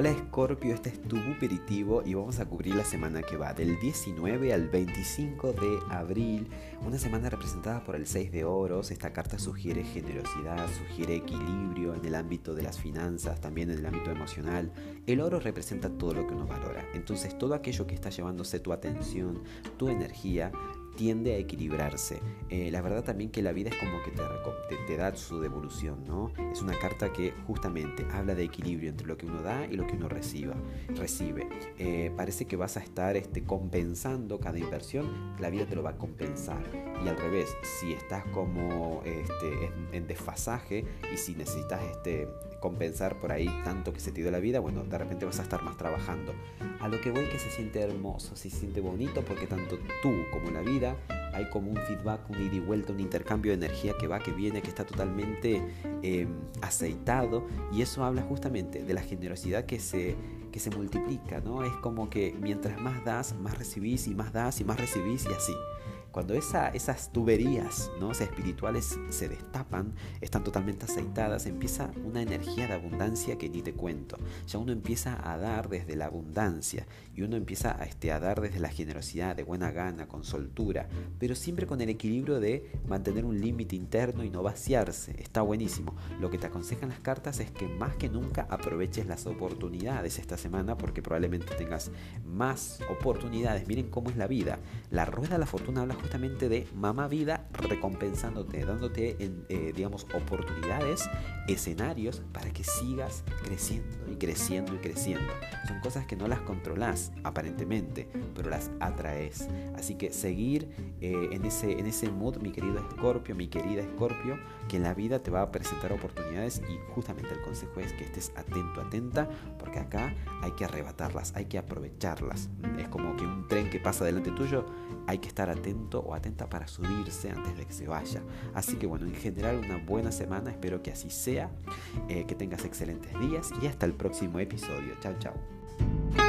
Hola Escorpio, este es tu aperitivo y vamos a cubrir la semana que va del 19 al 25 de abril, una semana representada por el 6 de oros. Esta carta sugiere generosidad, sugiere equilibrio en el ámbito de las finanzas, también en el ámbito emocional. El oro representa todo lo que uno valora, entonces todo aquello que está llevándose tu atención, tu energía, tiende a equilibrarse. La verdad también que la vida es como que te da su devolución, ¿no? Es una carta que justamente habla de equilibrio entre lo que uno da y lo que uno recibe. Parece que vas a estar compensando cada inversión, la vida te lo va a compensar. Y al revés, si estás como en desfasaje y si necesitas compensar por ahí tanto que se te dio la vida, bueno, de repente vas a estar más trabajando. A lo que voy que se siente hermoso, se siente bonito porque tanto tú como la vida hay como un feedback, un ida y vuelta, un intercambio de energía que va, que viene, que está totalmente aceitado, y eso habla justamente de la generosidad que se multiplica, ¿no? Es como que mientras más das, más recibís, y más das y más recibís, y así. Cuando esas tuberías, ¿no?, espirituales se destapan, están totalmente aceitadas, empieza una energía de abundancia que ni te cuento. Ya uno empieza a dar desde la abundancia y uno empieza a dar desde la generosidad, de buena gana, con soltura, pero siempre con el equilibrio de mantener un límite interno y no vaciarse. Está buenísimo. Lo que te aconsejan las cartas es que más que nunca aproveches las oportunidades esta semana, porque probablemente tengas más oportunidades. Miren cómo es la vida. La rueda de la fortuna habla justamente de mamá vida recompensándote, dándote oportunidades, escenarios para que sigas creciendo y creciendo y creciendo. Son cosas que no las controlas aparentemente, pero las atraes. Así que seguir en ese mood, mi querido Escorpio, mi querida Escorpio, que la vida te va a presentar oportunidades, y justamente el consejo es que estés atento, atenta, porque acá hay que arrebatarlas, hay que aprovecharlas. Es como que un tren que pasa delante tuyo, hay que estar atento o atenta para subirse antes de que se vaya. Así que bueno, en general una buena semana, espero que así sea, que tengas excelentes días y hasta el próximo episodio. Chao, chao.